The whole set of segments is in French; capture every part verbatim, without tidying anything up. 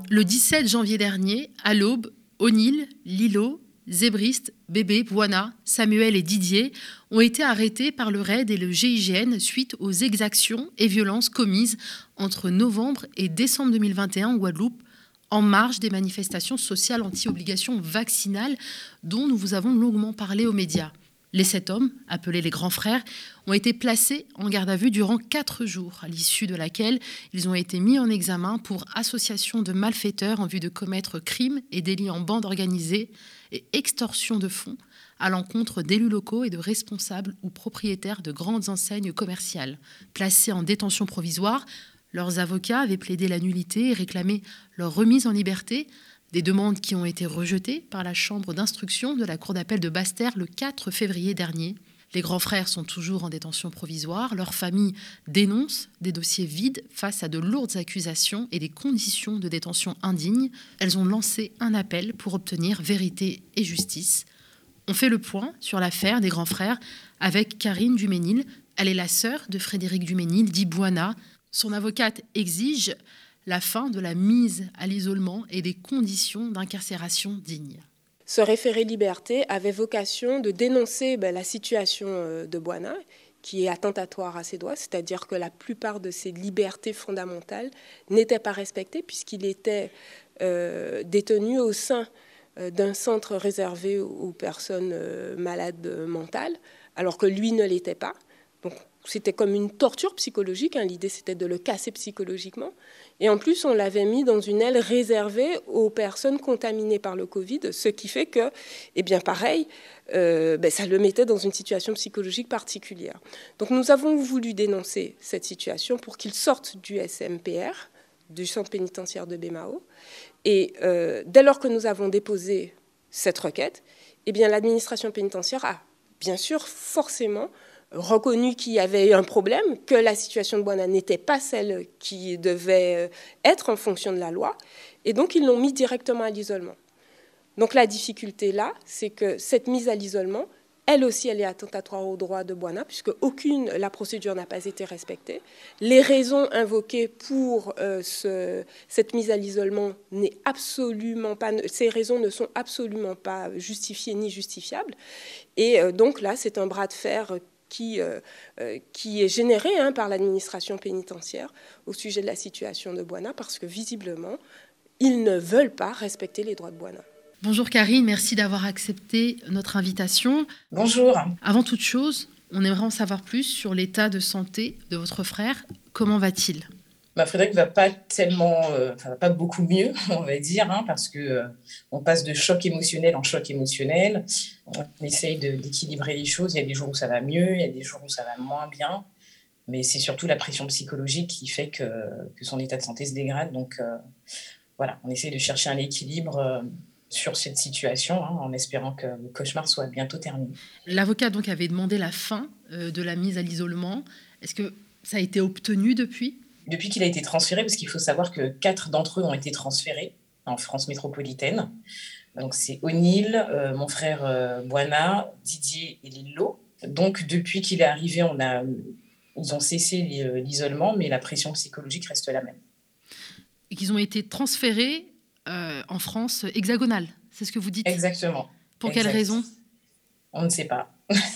Le dix-sept janvier dernier, à l'aube, O'Neill, Lilo, Zébriste, Bébé, Bouana, Samuel et Didier ont été arrêtés par le R A I D et le G I G N suite aux exactions et violences commises entre novembre et décembre deux mille vingt et un en Guadeloupe, en marge des manifestations sociales anti-obligation vaccinale dont nous vous avons longuement parlé aux médias. Les sept hommes, appelés les grands frères, ont été placés en garde à vue durant quatre jours, à l'issue de laquelle ils ont été mis en examen pour association de malfaiteurs en vue de commettre crimes et délits en bande organisée et extorsion de fonds à l'encontre d'élus locaux et de responsables ou propriétaires de grandes enseignes commerciales. Placés en détention provisoire, leurs avocats avaient plaidé la nullité et réclamé leur remise en liberté, des demandes qui ont été rejetées par la chambre d'instruction de la cour d'appel de Basse-Terre le quatre février dernier. Les grands frères sont toujours en détention provisoire. Leur famille dénonce des dossiers vides face à de lourdes accusations et des conditions de détention indignes. Elles ont lancé un appel pour obtenir vérité et justice. On fait le point sur l'affaire des grands frères avec Karine Duménil. Elle est la sœur de Frédéric Duménil, dit Bouana. Son avocate exige la fin de la mise à l'isolement et des conditions d'incarcération dignes. Ce référé liberté avait vocation de dénoncer ben, la situation de Bouana, qui est attentatoire à ses droits, c'est-à-dire que la plupart de ses libertés fondamentales n'étaient pas respectées puisqu'il était euh, détenu au sein euh, d'un centre réservé aux personnes euh, malades mentales, alors que lui ne l'était pas. Donc, c'était comme une torture psychologique, hein. L'idée c'était de le casser psychologiquement. Et en plus, on l'avait mis dans une aile réservée aux personnes contaminées par le Covid, ce qui fait que, eh bien pareil, euh, ben, ça le mettait dans une situation psychologique particulière. Donc nous avons voulu dénoncer cette situation pour qu'il sorte du S M P R, du centre pénitentiaire de Baie-Mahault. Et euh, dès lors que nous avons déposé cette requête, eh bien l'administration pénitentiaire a bien sûr forcément reconnu qu'il y avait un problème, que la situation de Bouana n'était pas celle qui devait être en fonction de la loi, et donc ils l'ont mis directement à l'isolement. Donc la difficulté là, c'est que cette mise à l'isolement, elle aussi, elle est attentatoire aux droits de Bouana, puisque aucune, la procédure n'a pas été respectée. Les raisons invoquées pour euh, ce, cette mise à l'isolement n'est absolument pas, ces raisons ne sont absolument pas justifiées ni justifiables. Et euh, donc là, c'est un bras de fer Qui, euh, qui est généré hein, par l'administration pénitentiaire au sujet de la situation de Bouana, parce que visiblement, ils ne veulent pas respecter les droits de Bouana. Bonjour Karine, merci d'avoir accepté notre invitation. Bonjour. Avant toute chose, on aimerait en savoir plus sur l'état de santé de votre frère. Comment va-t-il ? Bah, Frédéric va pas tellement, euh, enfin, va pas beaucoup mieux, on va dire, hein, parce que euh, on passe de choc émotionnel en choc émotionnel. On essaye de, d'équilibrer les choses. Il y a des jours où ça va mieux, il y a des jours où ça va moins bien, mais c'est surtout la pression psychologique qui fait que, que son état de santé se dégrade. Donc euh, voilà, on essaye de chercher un équilibre euh, sur cette situation, hein, en espérant que le cauchemar soit bientôt terminé. L'avocat donc avait demandé la fin euh, de la mise à l'isolement. Est-ce que ça a été obtenu depuis ? Depuis qu'il a été transféré, parce qu'il faut savoir que quatre d'entre eux ont été transférés en France métropolitaine. Donc c'est O'Neill, euh, mon frère euh, Bouana, Didier et Lilo. Donc depuis qu'il est arrivé, on a, ils ont cessé l'isolement, mais la pression psychologique reste la même. Et qu'ils ont été transférés euh, en France hexagonale, c'est ce que vous dites ? Exactement. Pour exact. quelle raison ? On ne sait pas.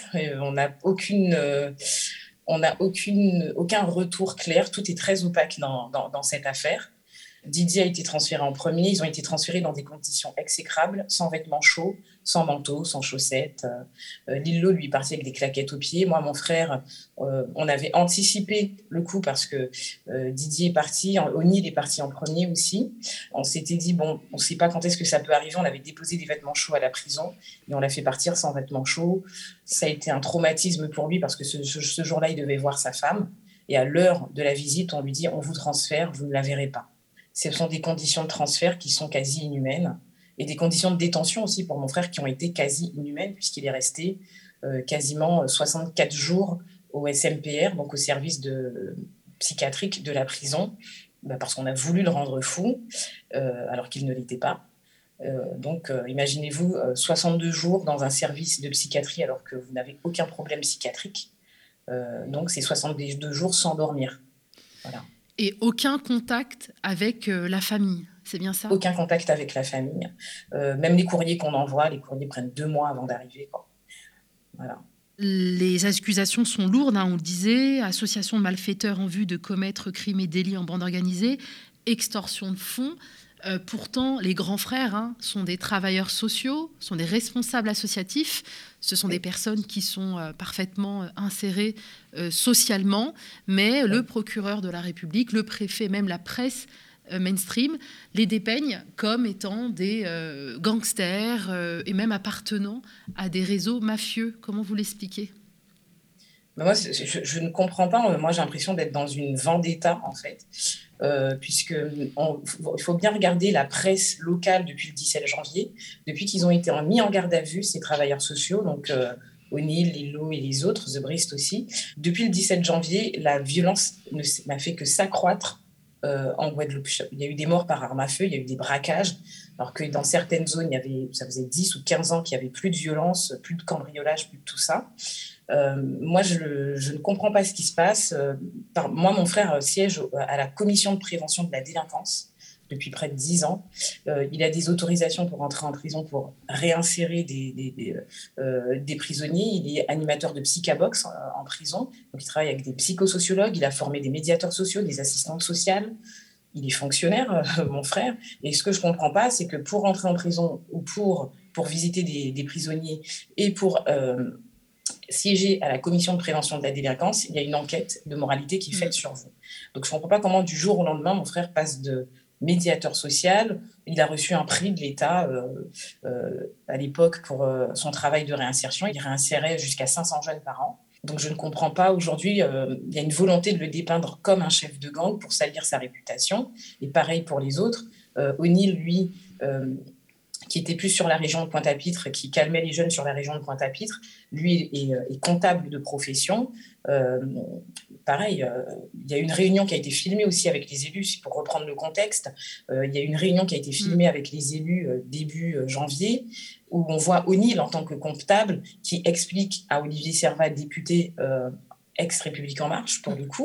on n'a aucune... Euh, On n'a aucune, aucun retour clair. Tout est très opaque dans, dans, dans cette affaire. Didier a été transféré en premier. Ils ont été transférés dans des conditions exécrables, sans vêtements chauds, sans manteau, sans chaussettes. Euh, Lilo, lui, est parti avec des claquettes aux pieds. Moi, mon frère, euh, on avait anticipé le coup parce que euh, Didier est parti. O'Neill est parti en premier aussi. On s'était dit, bon, on ne sait pas quand est-ce que ça peut arriver. On avait déposé des vêtements chauds à la prison et on l'a fait partir sans vêtements chauds. Ça a été un traumatisme pour lui parce que ce, ce, ce jour-là, il devait voir sa femme. Et à l'heure de la visite, on lui dit, on vous transfère, vous ne la verrez pas. Ce sont des conditions de transfert qui sont quasi inhumaines et des conditions de détention aussi pour mon frère qui ont été quasi inhumaines puisqu'il est resté euh, quasiment soixante-quatre jours au S M P R, donc au service de, euh, psychiatrique de la prison, bah parce qu'on a voulu le rendre fou euh, alors qu'il ne l'était pas. Euh, donc euh, imaginez-vous euh, soixante-deux jours dans un service de psychiatrie alors que vous n'avez aucun problème psychiatrique. Euh, donc c'est soixante-deux jours sans dormir. Voilà. Et aucun contact avec euh, la famille. c'est bien ça? Aucun contact avec la famille. Euh, même les courriers qu'on envoie, les courriers prennent deux mois avant d'arriver, quoi. Voilà. Les accusations sont lourdes, hein, on le disait, association de malfaiteurs en vue de commettre crimes et délits en bande organisée, extorsion de fonds. Euh, pourtant, les grands frères hein, sont des travailleurs sociaux, sont des responsables associatifs. Ce sont des personnes qui sont euh, parfaitement euh, insérées euh, socialement. Mais le procureur de la République, le préfet, même la presse euh, mainstream, les dépeignent comme étant des euh, gangsters euh, et même appartenant à des réseaux mafieux. Comment vous l'expliquez ? Mais moi, je, je ne comprends pas. Moi, j'ai l'impression d'être dans une vendetta, en fait, euh, puisque on, il faut bien regarder la presse locale depuis le dix-sept janvier, depuis qu'ils ont été mis en garde à vue, ces travailleurs sociaux, donc euh, O'Neill, Lillo et les autres, Zebrist aussi. Depuis le dix-sept janvier, la violence ne n'a fait que s'accroître euh, en Guadeloupe. Il y a eu des morts par arme à feu, il y a eu des braquages, alors que dans certaines zones, il y avait, ça faisait dix ou quinze ans qu'il n'y avait plus de violence, plus de cambriolage, plus de tout ça. Euh, moi, je, je ne comprends pas ce qui se passe. Euh, par, moi, mon frère siège à la commission de prévention de la délinquance depuis près de dix ans. Euh, il a des autorisations pour entrer en prison pour réinsérer des, des, des, euh, des prisonniers. Il est animateur de Psychabox en, en prison. Donc, il travaille avec des psychosociologues. Il a formé des médiateurs sociaux, des assistantes sociales. Il est fonctionnaire, euh, mon frère. Et ce que je ne comprends pas, c'est que pour entrer en prison ou pour, pour visiter des, des prisonniers et pour... Euh, siéger à la commission de prévention de la délinquance, il y a une enquête de moralité qui est faite mmh. sur vous. Donc, je ne comprends pas comment, du jour au lendemain, mon frère passe de médiateur social. Il a reçu un prix de l'État euh, euh, à l'époque pour euh, son travail de réinsertion. Il réinsérait jusqu'à cinq cents jeunes par an. Donc, je ne comprends pas. Aujourd'hui, euh, il y a une volonté de le dépeindre comme un chef de gang pour salir sa réputation. Et pareil pour les autres. Euh, O'Neill, lui... Euh, qui était plus sur la région de Pointe-à-Pitre, qui calmait les jeunes sur la région de Pointe-à-Pitre. Lui est, est comptable de profession. Euh, pareil, euh, il y a une réunion qui a été filmée aussi avec les élus, pour reprendre le contexte. Euh, il y a une réunion qui a été filmée avec les élus euh, début euh, janvier, où on voit O'Neill en tant que comptable qui explique à Olivier Servat, député euh, ex-République En Marche, pour le coup,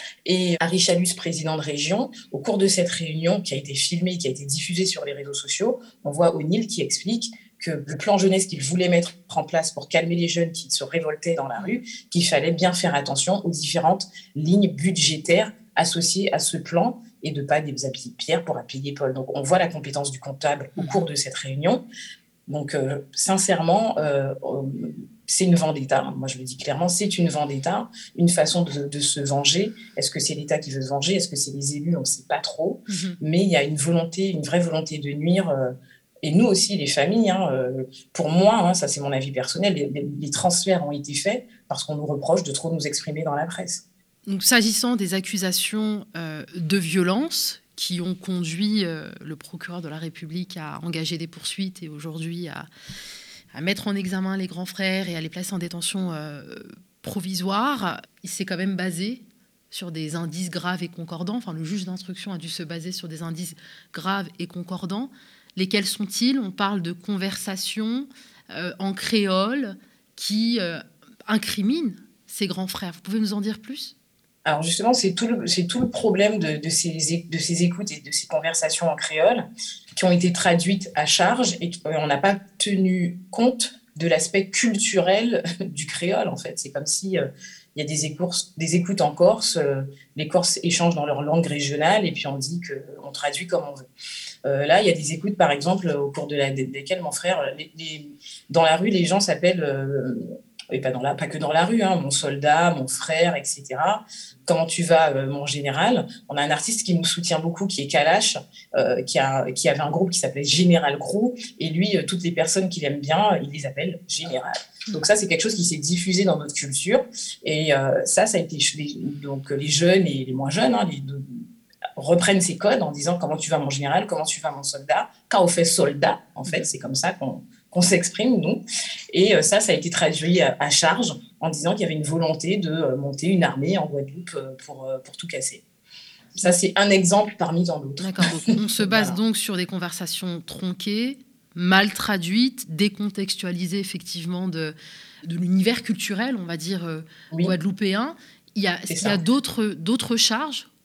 et Harry Chalus, président de région. Au cours de cette réunion qui a été filmée, qui a été diffusée sur les réseaux sociaux, on voit O'Neill qui explique que le plan jeunesse qu'il voulait mettre en place pour calmer les jeunes qui se révoltaient dans la rue, qu'il fallait bien faire attention aux différentes lignes budgétaires associées à ce plan et de pas des habits Pierre pour appuyer Paul. Donc, on voit la compétence du comptable au cours de cette réunion. Donc, euh, sincèrement, euh, c'est une vendetta. Moi, je le dis clairement, c'est une vendetta, une façon de, de se venger. Est-ce que c'est l'État qui veut se venger ? Est-ce que c'est les élus ? On ne sait pas trop. Mm-hmm. Mais il y a une volonté, une vraie volonté de nuire. Euh, et nous aussi, les familles, hein, euh, pour moi, hein, ça c'est mon avis personnel, les, les, les transferts ont été faits parce qu'on nous reproche de trop nous exprimer dans la presse. Donc, s'agissant des accusations euh, de violence qui ont conduit euh, le procureur de la République à engager des poursuites et aujourd'hui à, à mettre en examen les grands frères et à les placer en détention euh, provisoire, il s'est quand même basé sur des indices graves et concordants. Enfin, le juge d'instruction a dû se baser sur des indices graves et concordants. Lesquels sont-ils ? On parle de conversations euh, en créole qui euh, incriminent ces grands frères. Vous pouvez nous en dire plus ? Alors justement, c'est tout le, c'est tout le problème de, de, ces, de ces écoutes et de ces conversations en créole qui ont été traduites à charge et on n'a pas tenu compte de l'aspect culturel du créole, en fait. C'est comme si euh, il y a des, écoutes, des écoutes en Corse, euh, les Corses échangent dans leur langue régionale et puis on dit qu'on traduit comme on veut. Euh, là, il y a des écoutes, par exemple, au cours de la, desquelles mon frère, les, les, dans la rue, les gens s'appellent... Euh, et pas, dans la, pas que dans la rue, hein, mon soldat, mon frère, et cetera. Comment tu vas, euh, mon général ? On a un artiste qui nous soutient beaucoup, qui est Kalash, euh, qui, a, qui avait un groupe qui s'appelait Général Crew, et lui, euh, toutes les personnes qu'il aime bien, il les appelle Général. Donc ça, c'est quelque chose qui s'est diffusé dans notre culture, et euh, ça, ça a été... Donc les jeunes et les moins jeunes, hein, les deux, reprennent ces codes en disant comment tu vas, mon général, comment tu vas, mon soldat. Quand on fait soldat, en fait, c'est comme ça qu'on... qu'on s'exprime, nous. Et ça, ça a été traduit à charge en disant qu'il y avait une volonté de monter une armée en Guadeloupe pour, pour tout casser. Ça, c'est un exemple parmi tant d'autres. D'accord, donc on se base voilà. donc sur des conversations tronquées, mal traduites, décontextualisées effectivement de, de l'univers culturel, on va dire, oui. guadeloupéen. Il y a, est-ce qu'il y a d'autres, d'autres charges aussi ?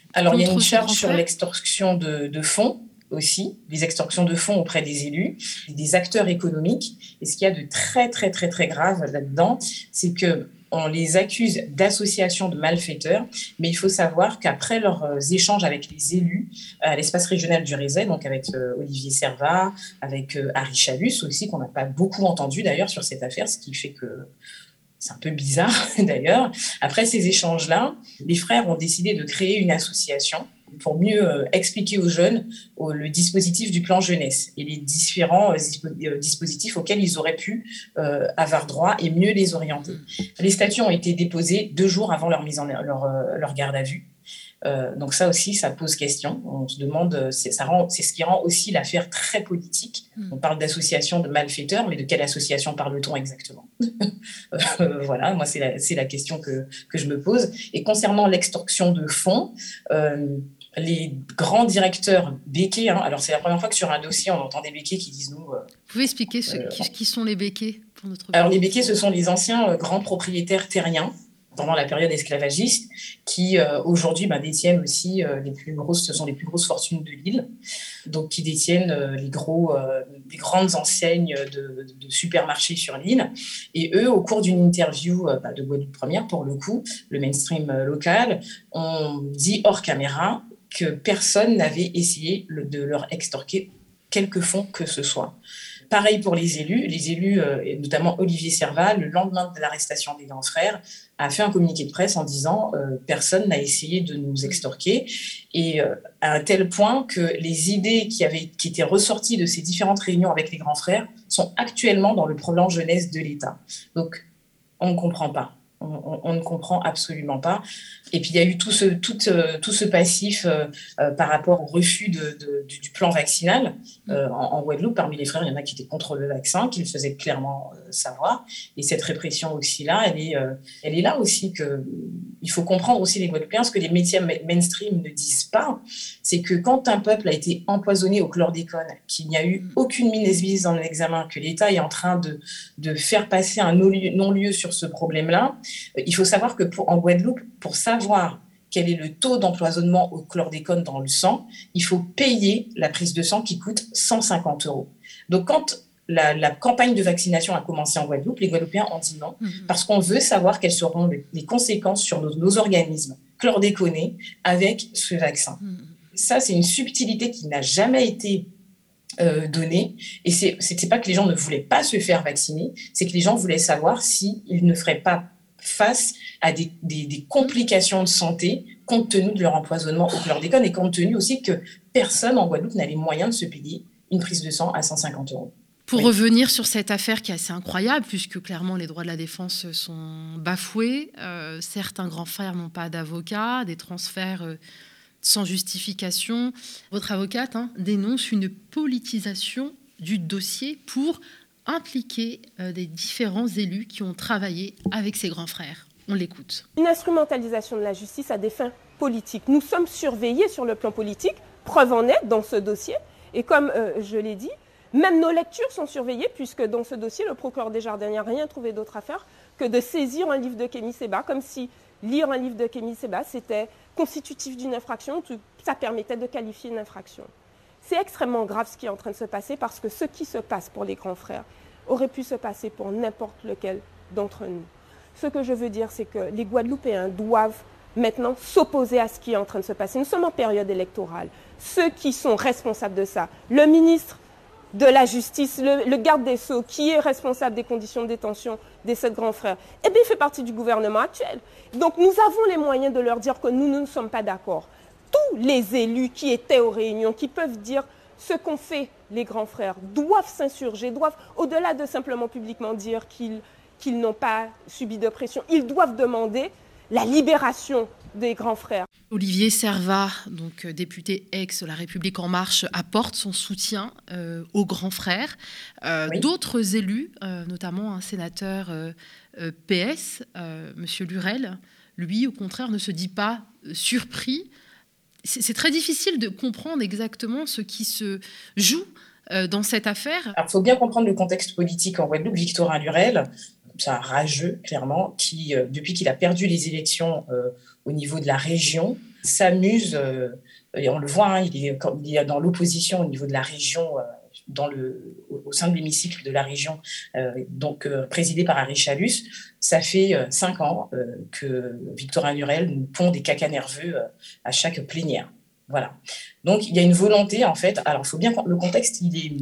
Alors, il y a une charge sur l'extorsion de, de fonds aussi, les extorsions de fonds auprès des élus, des acteurs économiques. Et ce qu'il y a de très, très, très, très grave là-dedans, c'est qu'on les accuse d'association de malfaiteurs, mais il faut savoir qu'après leurs échanges avec les élus à l'espace régional du Rézet, donc avec euh, Olivier Servat, avec euh, Harry Chalus aussi, qu'on n'a pas beaucoup entendu d'ailleurs sur cette affaire, ce qui fait que c'est un peu bizarre d'ailleurs. Après ces échanges-là, les frères ont décidé de créer une association pour mieux euh, expliquer aux jeunes euh, le dispositif du plan jeunesse et les différents euh, dispo- euh, dispositifs auxquels ils auraient pu euh, avoir droit et mieux les orienter. Les statuts ont été déposés deux jours avant leur mise en leur, euh, leur garde à vue. Euh, donc ça aussi, ça pose question. On se demande, c'est, ça rend, c'est ce qui rend aussi l'affaire très politique. On parle d'association de malfaiteurs, mais de quelle association parle-t-on exactement? euh, Voilà, moi c'est la, c'est la question que, que je me pose. Et concernant l'extorsion de fonds, euh, les grands directeurs béquets, hein, alors c'est la première fois que sur un dossier on entend des béquets qui disent nous... Euh, Vous pouvez expliquer ce, euh, qui, qui sont les béquets pour notre... Alors les béquets, ce sont les anciens euh, grands propriétaires terriens pendant la période esclavagiste, qui euh, aujourd'hui bah, détiennent aussi euh, les plus grosses, ce sont les plus grosses fortunes de l'île, donc qui détiennent euh, les gros, euh, les grandes enseignes de, de supermarchés sur l'île. Et eux, au cours d'une interview euh, bah, de Guadeloupe Première, pour le coup, le mainstream euh, local, ont dit hors caméra que personne n'avait essayé le, de leur extorquer quelque fonds que ce soit. Pareil pour les élus. Les élus, euh, et notamment Olivier Servat, le lendemain de l'arrestation des grands frères, a fait un communiqué de presse en disant euh, « personne n'a essayé de nous extorquer ». Et euh, à un tel point que les idées qui, avaient, qui étaient ressorties de ces différentes réunions avec les grands frères sont actuellement dans le plan jeunesse de l'État. Donc, on ne comprend pas. On, on, on ne comprend absolument pas. Et puis, il y a eu tout ce, tout, euh, tout ce passif euh, euh, par rapport au refus de, de, du, du plan vaccinal. Euh, en, en Guadeloupe, parmi les frères, il y en a qui étaient contre le vaccin, qui le faisaient clairement euh, savoir. Et cette répression aussi-là, elle est, euh, elle est là aussi. Que, il faut comprendre aussi les Guadeloupéens, ce que les médias mainstream ne disent pas, c'est que quand un peuple a été empoisonné au chlordécone, qu'il n'y a eu aucune mise en examen, que l'État est en train de, de faire passer un non-lieu sur ce problème-là, il faut savoir que pour, en Guadeloupe, pour savoir quel est le taux d'empoisonnement au chlordécone dans le sang, il faut payer la prise de sang qui coûte cent cinquante euros. Donc, quand la, la campagne de vaccination a commencé en Guadeloupe, les Guadeloupéens ont dit non, mmh. parce qu'on veut savoir quelles seront les, les conséquences sur nos, nos organismes chlordéconés avec ce vaccin. Mmh. Ça, c'est une subtilité qui n'a jamais été euh, donnée. Et c'est, c'était pas que les gens ne voulaient pas se faire vacciner, c'est que les gens voulaient savoir s'ils ne feraient pas face à des, des, des complications de santé compte tenu de leur empoisonnement au chlordécone et compte tenu aussi que personne en Guadeloupe n'a les moyens de se payer une prise de sang à cent cinquante euros. Pour oui. revenir sur cette affaire qui est assez incroyable, puisque clairement les droits de la défense sont bafoués, euh, certains grands frères n'ont pas d'avocat, des transferts euh, sans justification. Votre avocate hein, dénonce une politisation du dossier pour impliquer euh, des différents élus qui ont travaillé avec ces grands frères. On l'écoute. Une instrumentalisation de la justice à des fins politiques. Nous sommes surveillés sur le plan politique, preuve en est dans ce dossier. Et comme euh, je l'ai dit, même nos lectures sont surveillées, puisque dans ce dossier, le procureur Desjardins n'a rien trouvé d'autre à faire que de saisir un livre de Kémy Séba, comme si lire un livre de Kémy Séba, c'était constitutif d'une infraction, ça permettait de qualifier une infraction. C'est extrêmement grave ce qui est en train de se passer parce que ce qui se passe pour les grands frères aurait pu se passer pour n'importe lequel d'entre nous. Ce que je veux dire, c'est que les Guadeloupéens doivent maintenant s'opposer à ce qui est en train de se passer. Nous sommes en période électorale. Ceux qui sont responsables de ça, le ministre de la Justice, le, le garde des Sceaux, qui est responsable des conditions de détention des sept grands frères, eh bien, il fait partie du gouvernement actuel. Donc, nous avons les moyens de leur dire que nous ne sommes pas d'accord. Tous les élus qui étaient aux réunions, qui peuvent dire ce qu'ont fait les grands frères, doivent s'insurger, doivent, au-delà de simplement publiquement dire qu'ils, qu'ils n'ont pas subi de pression, ils doivent demander la libération des grands frères. Olivier Servat, donc député ex La République En Marche, apporte son soutien euh, aux grands frères. Euh, oui. D'autres élus, euh, notamment un sénateur euh, euh, P S, euh, M. Lurel, lui, au contraire, ne se dit pas euh, surpris. C'est, c'est très difficile de comprendre exactement ce qui se joue euh, dans cette affaire. Il faut bien comprendre le contexte politique en Guadeloupe. Victorin Lurel, c'est un rageux, clairement, qui, euh, depuis qu'il a perdu les élections euh, au niveau de la région, s'amuse, euh, et on le voit, hein, il, est, il est dans l'opposition au niveau de la région, euh, dans le, au sein de l'hémicycle de la région, euh, donc euh, présidé par Harry Chalus. Ça fait euh, cinq ans euh, que Victorin Lurel nous pond des cacas nerveux euh, à chaque plénière. Voilà. Donc, il y a une volonté, en fait. Alors, il faut bien le contexte, il est...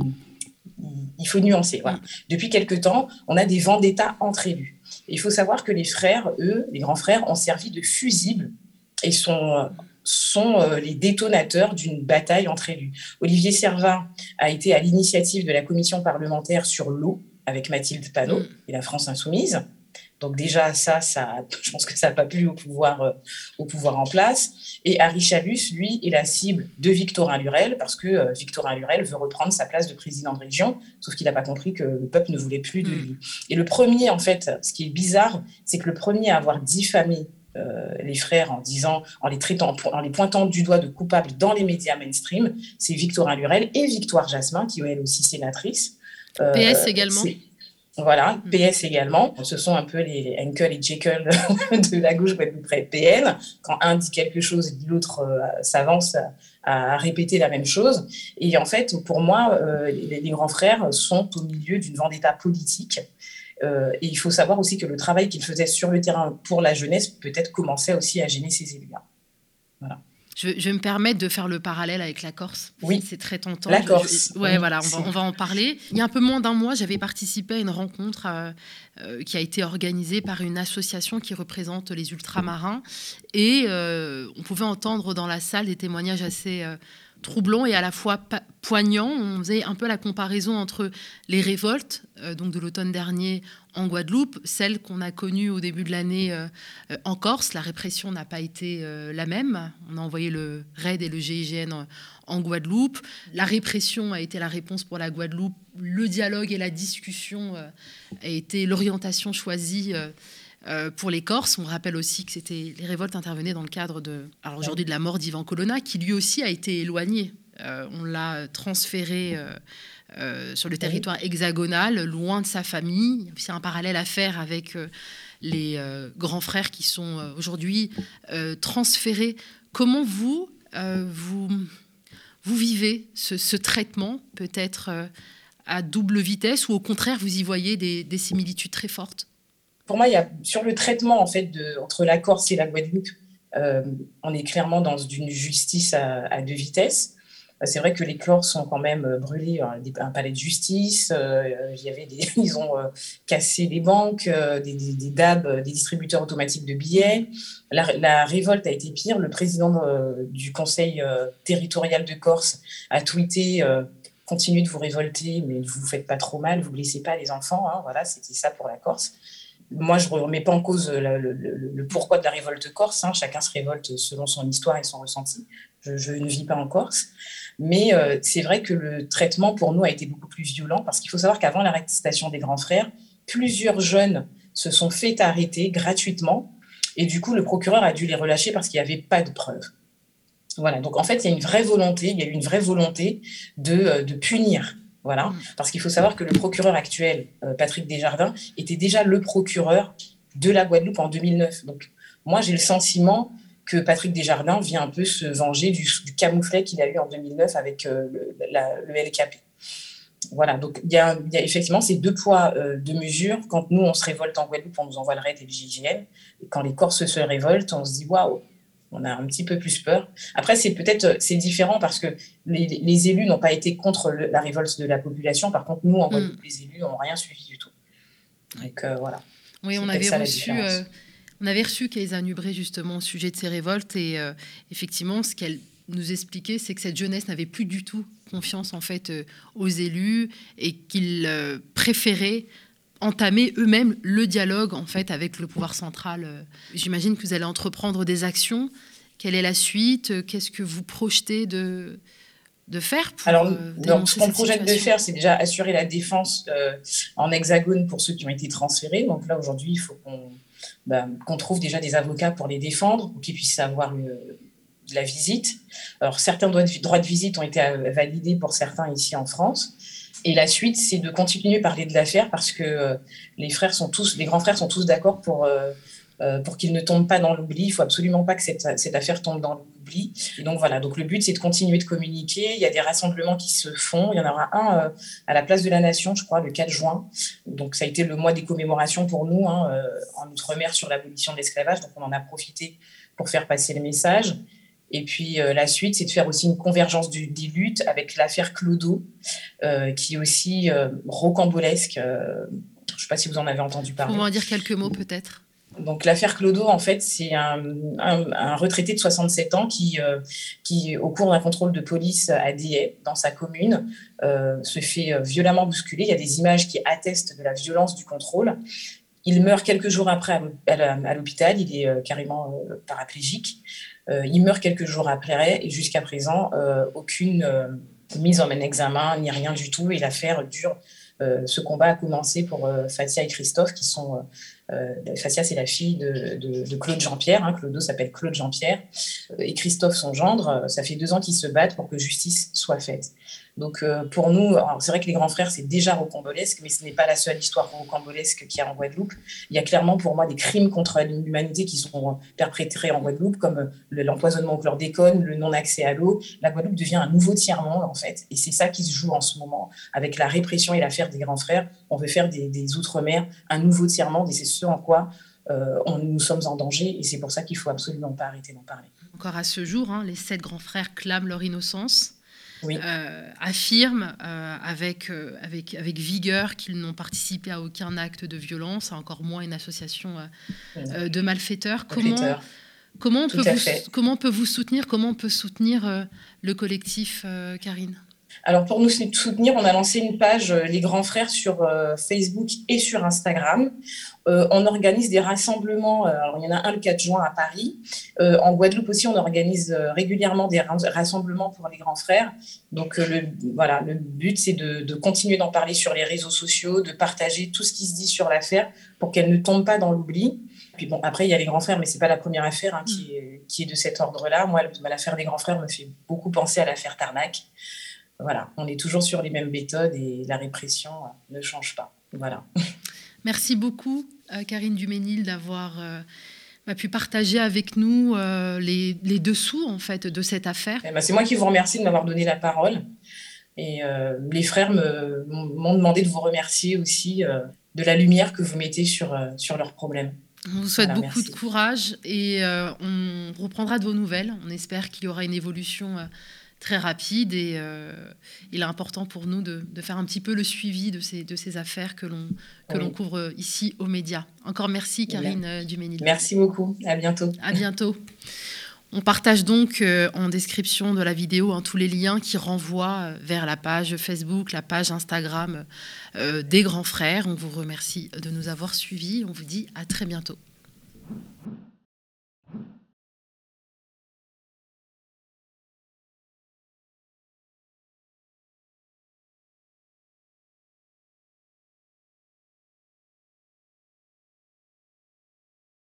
Il faut nuancer. Voilà. Depuis quelque temps, on a des vendettas entre élus. Et il faut savoir que les frères, eux, les grands frères, ont servi de fusible et sont, sont euh, les détonateurs d'une bataille entre élus. Olivier Servin a été à l'initiative de la commission parlementaire sur l'eau avec Mathilde Panot mmh. et la France Insoumise. Donc déjà, ça, ça, je pense que ça n'a pas plu au pouvoir, euh, au pouvoir en place. Et Harry Chalus, lui, est la cible de Victorin Lurel parce que euh, Victorin Lurel veut reprendre sa place de président de région, sauf qu'il n'a pas compris que le peuple ne voulait plus de lui. Mmh. Et le premier, en fait, ce qui est bizarre, c'est que le premier à avoir diffamé euh, les frères en disant, en les traitant, en les pointant du doigt de coupables dans les médias mainstream, c'est Victorin Lurel et Victoire Jasmin, qui est elle aussi sénatrice. Euh, P S également. Voilà, P S également. Ce sont un peu les Henkel et Jekyll de la gauche guadeloupéenne. Quand un dit quelque chose, l'autre euh, s'avance à, à répéter la même chose. Et en fait, pour moi, euh, les, les grands frères sont au milieu d'une vendetta politique. Euh, et il faut savoir aussi que le travail qu'ils faisaient sur le terrain pour la jeunesse peut-être commençait aussi à gêner ces élus-là. Voilà. Je, je vais me permettre de faire le parallèle avec la Corse. Oui, c'est très tentant. La Corse. Je, ouais, oui, voilà, on va, on va en parler. Il y a un peu moins d'un mois, j'avais participé à une rencontre euh, euh, qui a été organisée par une association qui représente les ultramarins. Et euh, on pouvait entendre dans la salle des témoignages assez euh, troublants et à la fois pa- poignants. On faisait un peu la comparaison entre les révoltes, euh, donc de l'automne dernier en Guadeloupe, celle qu'on a connue au début de l'année euh, en Corse. La répression n'a pas été euh, la même. On a envoyé le R A I D et le G I G N en, en Guadeloupe. La répression a été la réponse pour la Guadeloupe. Le dialogue et la discussion euh, a été l'orientation choisie euh, euh, pour les Corses. On rappelle aussi que c'était, les révoltes intervenaient dans le cadre de, alors aujourd'hui de la mort d'Ivan Colonna, qui lui aussi a été éloigné. Euh, on l'a transféré euh, Euh, sur le territoire hexagonal, loin de sa famille. Il y a aussi un parallèle à faire avec euh, les euh, grands frères qui sont euh, aujourd'hui euh, transférés. Comment vous, euh, vous, vous vivez ce, ce traitement, peut-être euh, à double vitesse, ou au contraire, vous y voyez des, des similitudes très fortes? Pour moi, il y a, sur le traitement en fait, de, entre la Corse et la Guadeloupe, euh, on est clairement dans une justice à, à deux vitesses. C'est vrai que les Corses sont quand même brûlés un palais de justice. Euh, il y avait des, ils ont euh, cassé des banques, euh, des, des, des D A B, des distributeurs automatiques de billets. La, la révolte a été pire. Le président euh, du conseil euh, territorial de Corse a tweeté euh, « Continuez de vous révolter, mais vous ne faites pas trop mal, vous ne blessez pas les enfants. Hein. » Voilà, c'était ça pour la Corse. Moi, je ne remets pas en cause le, le, le, le pourquoi de la révolte corse. Hein. Chacun se révolte selon son histoire et son ressenti. Je, je ne vis pas en Corse. Mais euh, c'est vrai que le traitement, pour nous, a été beaucoup plus violent parce qu'il faut savoir qu'avant l'arrestation des grands frères, plusieurs jeunes se sont fait arrêter gratuitement. Et du coup, le procureur a dû les relâcher parce qu'il n'y avait pas de preuves. Voilà. Donc, en fait, il y a une vraie volonté, il y a eu une vraie volonté de, de punir. Voilà, parce qu'il faut savoir que le procureur actuel, euh, Patrick Desjardins, était déjà le procureur de la Guadeloupe en deux mille neuf. Donc, moi, j'ai le sentiment que Patrick Desjardins vient un peu se venger du, du camouflet qu'il a eu en deux mille neuf avec euh, le, la, le L K P. Voilà, donc il y, y a effectivement ces deux poids, euh, deux mesures. Quand nous, on se révolte en Guadeloupe, on nous envoie le R A I D et le G I G N. Et quand les Corses se révoltent, on se dit « waouh ». On a un petit peu plus peur. Après, c'est peut-être c'est différent parce que les, les élus n'ont pas été contre le, la révolte de la population. Par contre, nous, en Guadeloupe, mmh. les élus n'ont rien suivi du tout. Donc euh, voilà. Oui, on avait, reçu, euh, on avait reçu Kaysa Nubré justement au sujet de ces révoltes et euh, effectivement, ce qu'elle nous expliquait, c'est que cette jeunesse n'avait plus du tout confiance en fait euh, aux élus et qu'ils euh, préféraient entamer eux-mêmes le dialogue en fait avec le pouvoir central. J'imagine que vous allez entreprendre des actions. Quelle est la suite? Qu'est-ce que vous projetez de, de faire pour Alors, euh, donc, ce qu'on projette de faire, c'est déjà assurer la défense euh, en hexagone pour ceux qui ont été transférés. Donc là, aujourd'hui, il faut qu'on, bah, qu'on trouve déjà des avocats pour les défendre, pour qu'ils puissent avoir une, de la visite. Alors, certains droits de, droits de visite ont été validés pour certains ici en France. Et la suite, c'est de continuer à parler de l'affaire parce que euh, les frères sont tous, les grands frères sont tous d'accord pour, euh, euh, pour qu'il ne tombe pas dans l'oubli. Il ne faut absolument pas que cette, cette affaire tombe dans l'oubli. Et donc voilà, donc le but, c'est de continuer de communiquer. Il y a des rassemblements qui se font. Il y en aura un euh, à la Place de la Nation, je crois, le quatre juin. Donc ça a été le mois des commémorations pour nous, hein, euh, en Outre-mer sur l'abolition de l'esclavage. Donc on en a profité pour faire passer le message. Et puis euh, la suite, c'est de faire aussi une convergence du, des luttes avec l'affaire Clodo, euh, qui est aussi euh, rocambolesque. Euh, je ne sais pas si vous en avez entendu parler. Vous pouvez en dire quelques mots peut-être? Donc l'affaire Clodo, en fait, c'est un, un, un retraité de soixante-sept ans qui, euh, qui, au cours d'un contrôle de police à Dieppe, dans sa commune, euh, se fait violemment bousculer. Il y a des images qui attestent de la violence du contrôle. Il meurt quelques jours après à l'hôpital, il est carrément paraplégique. Il meurt quelques jours après et jusqu'à présent, aucune mise en examen ni rien du tout. Et l'affaire dure. Ce combat a commencé pour Fatia et Christophe, qui sont... Fatia, c'est la fille de, de, de Claude Jean-Pierre. Hein, Clodo s'appelle Claude Jean-Pierre. Et Christophe, son gendre, ça fait deux ans qu'ils se battent pour que justice soit faite. Donc euh, pour nous, c'est vrai que les grands frères, c'est déjà rocambolesque, mais ce n'est pas la seule histoire rocambolesque qu'il y a en Guadeloupe. Il y a clairement pour moi des crimes contre l'humanité qui sont perpétrés en Guadeloupe, comme l'empoisonnement au chlordécone, le non-accès à l'eau. La Guadeloupe devient un nouveau tiers-monde, en fait, et c'est ça qui se joue en ce moment. Avec la répression et l'affaire des grands frères, on veut faire des, des Outre-mer un nouveau tiers-monde, et c'est ce en quoi euh, on, nous sommes en danger, et c'est pour ça qu'il ne faut absolument pas arrêter d'en parler. Encore à ce jour, hein, les sept grands frères clament leur innocence. Oui. Euh, affirment euh, avec, euh, avec, avec vigueur qu'ils n'ont participé à aucun acte de violence, à encore moins une association euh, euh, de malfaiteurs. Comment, comment, on peut vous, comment on peut vous soutenir, comment on peut soutenir euh, le collectif, euh, Karine? Alors pour nous soutenir, on a lancé une page euh, Les Grands Frères sur euh, Facebook et sur Instagram. Euh, on organise des rassemblements, euh, alors il y en a un le quatre juin à Paris. Euh, en Guadeloupe aussi, on organise euh, régulièrement des rassemblements pour les grands frères. Donc euh, le, voilà, le but, c'est de, de continuer d'en parler sur les réseaux sociaux, de partager tout ce qui se dit sur l'affaire pour qu'elle ne tombe pas dans l'oubli. Puis bon, après, il y a les grands frères, mais ce n'est pas la première affaire hein, qui, est, qui est de cet ordre-là. Moi, l'affaire des grands frères me fait beaucoup penser à l'affaire Tarnac. Voilà, on est toujours sur les mêmes méthodes et la répression ne change pas. Voilà. Merci beaucoup, euh, Karine Duménil, d'avoir euh, pu partager avec nous euh, les, les dessous en fait, de cette affaire. Eh ben, c'est moi qui vous remercie de m'avoir donné la parole. Et euh, les frères me, m'ont demandé de vous remercier aussi euh, de la lumière que vous mettez sur, euh, sur leurs problèmes. On vous souhaite voilà, beaucoup merci. de courage et euh, on reprendra de vos nouvelles. On espère qu'il y aura une évolution euh, très rapide et euh, il est important pour nous de, de faire un petit peu le suivi de ces, de ces affaires que l'on que oui. l'on couvre ici aux médias. Encore merci, Karine Bien. Duménil. Merci beaucoup. À bientôt. À bientôt. On partage donc euh, en description de la vidéo hein, tous les liens qui renvoient vers la page Facebook, la page Instagram euh, des Grands Frères. On vous remercie de nous avoir suivis. On vous dit à très bientôt.